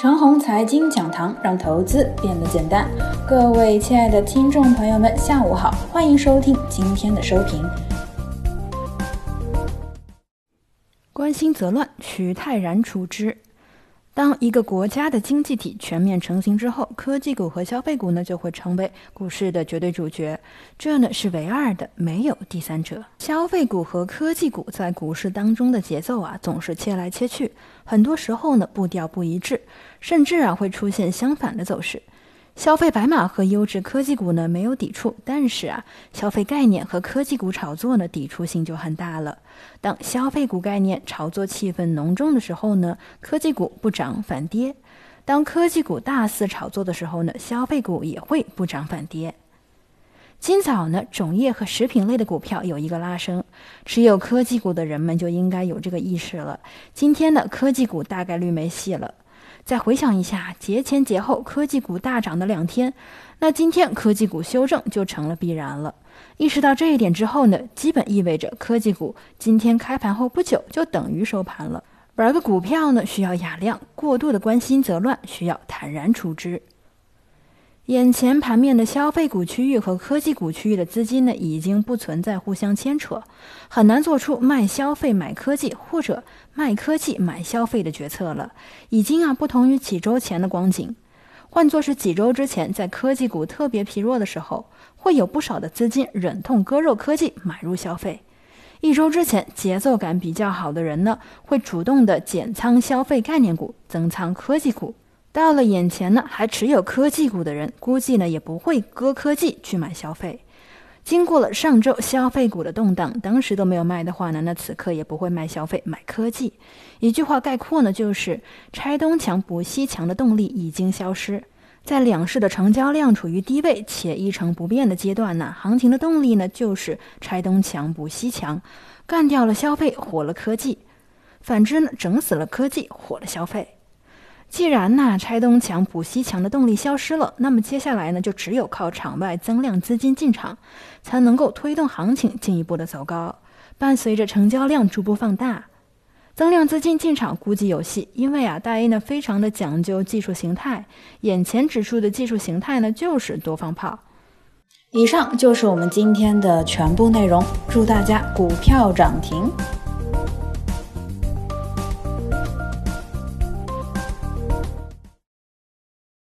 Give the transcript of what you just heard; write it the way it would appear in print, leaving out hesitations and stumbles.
长虹财经讲堂，让投资变得简单。各位亲爱的听众朋友们，下午好，欢迎收听今天的收评。 关心则乱，需泰然处之。当一个国家的经济体全面成型之后，科技股和消费股呢就会成为股市的绝对主角，这呢是唯二的，没有第三者。消费股和科技股在股市当中的节奏总是切来切去，很多时候呢步调不一致，甚至会出现相反的走势。消费白马和优质科技股呢没有抵触，但是消费概念和科技股炒作呢抵触性就很大了。当消费股概念炒作气氛浓重的时候呢，科技股不涨反跌；当科技股大肆炒作的时候呢，消费股也会不涨反跌。今早呢，种业和食品类的股票有一个拉升，持有科技股的人们就应该有这个意识了。今天呢，科技股大概率没戏了。再回想一下节前节后科技股大涨的2天，那今天科技股修正就成了必然了。意识到这一点之后呢，基本意味着科技股今天开盘后不久就等于收盘了。玩个股票呢需要雅量，过度的关心则乱，需要坦然处之。眼前盘面的消费股区域和科技股区域的资金呢，已经不存在互相牵扯，很难做出卖消费买科技或者卖科技买消费的决策了，已经不同于几周前的光景。换作是几周之前，在科技股特别疲弱的时候，会有不少的资金忍痛割肉科技买入消费。1周之前节奏感比较好的人呢，会主动的减仓消费概念股，增仓科技股。到了眼前呢，还持有科技股的人，估计呢也不会割科技去买消费。经过了上周消费股的动荡，当时都没有卖的话呢，那此刻也不会卖消费买科技。一句话概括呢，就是拆东墙补西墙的动力已经消失。在两市的成交量处于低位且一成不变的阶段呢，行情的动力呢就是拆东墙补西墙，干掉了消费，活了科技；反之呢，整死了科技，活了消费。既然拆东墙补西墙的动力消失了，那么接下来呢，就只有靠场外增量资金进场，才能够推动行情进一步的走高。伴随着成交量逐步放大，增量资金进场估计有戏，因为大 A 呢非常的讲究技术形态，眼前指数的技术形态呢就是多放炮。 以上就是我们今天的全部内容，祝大家股票涨停。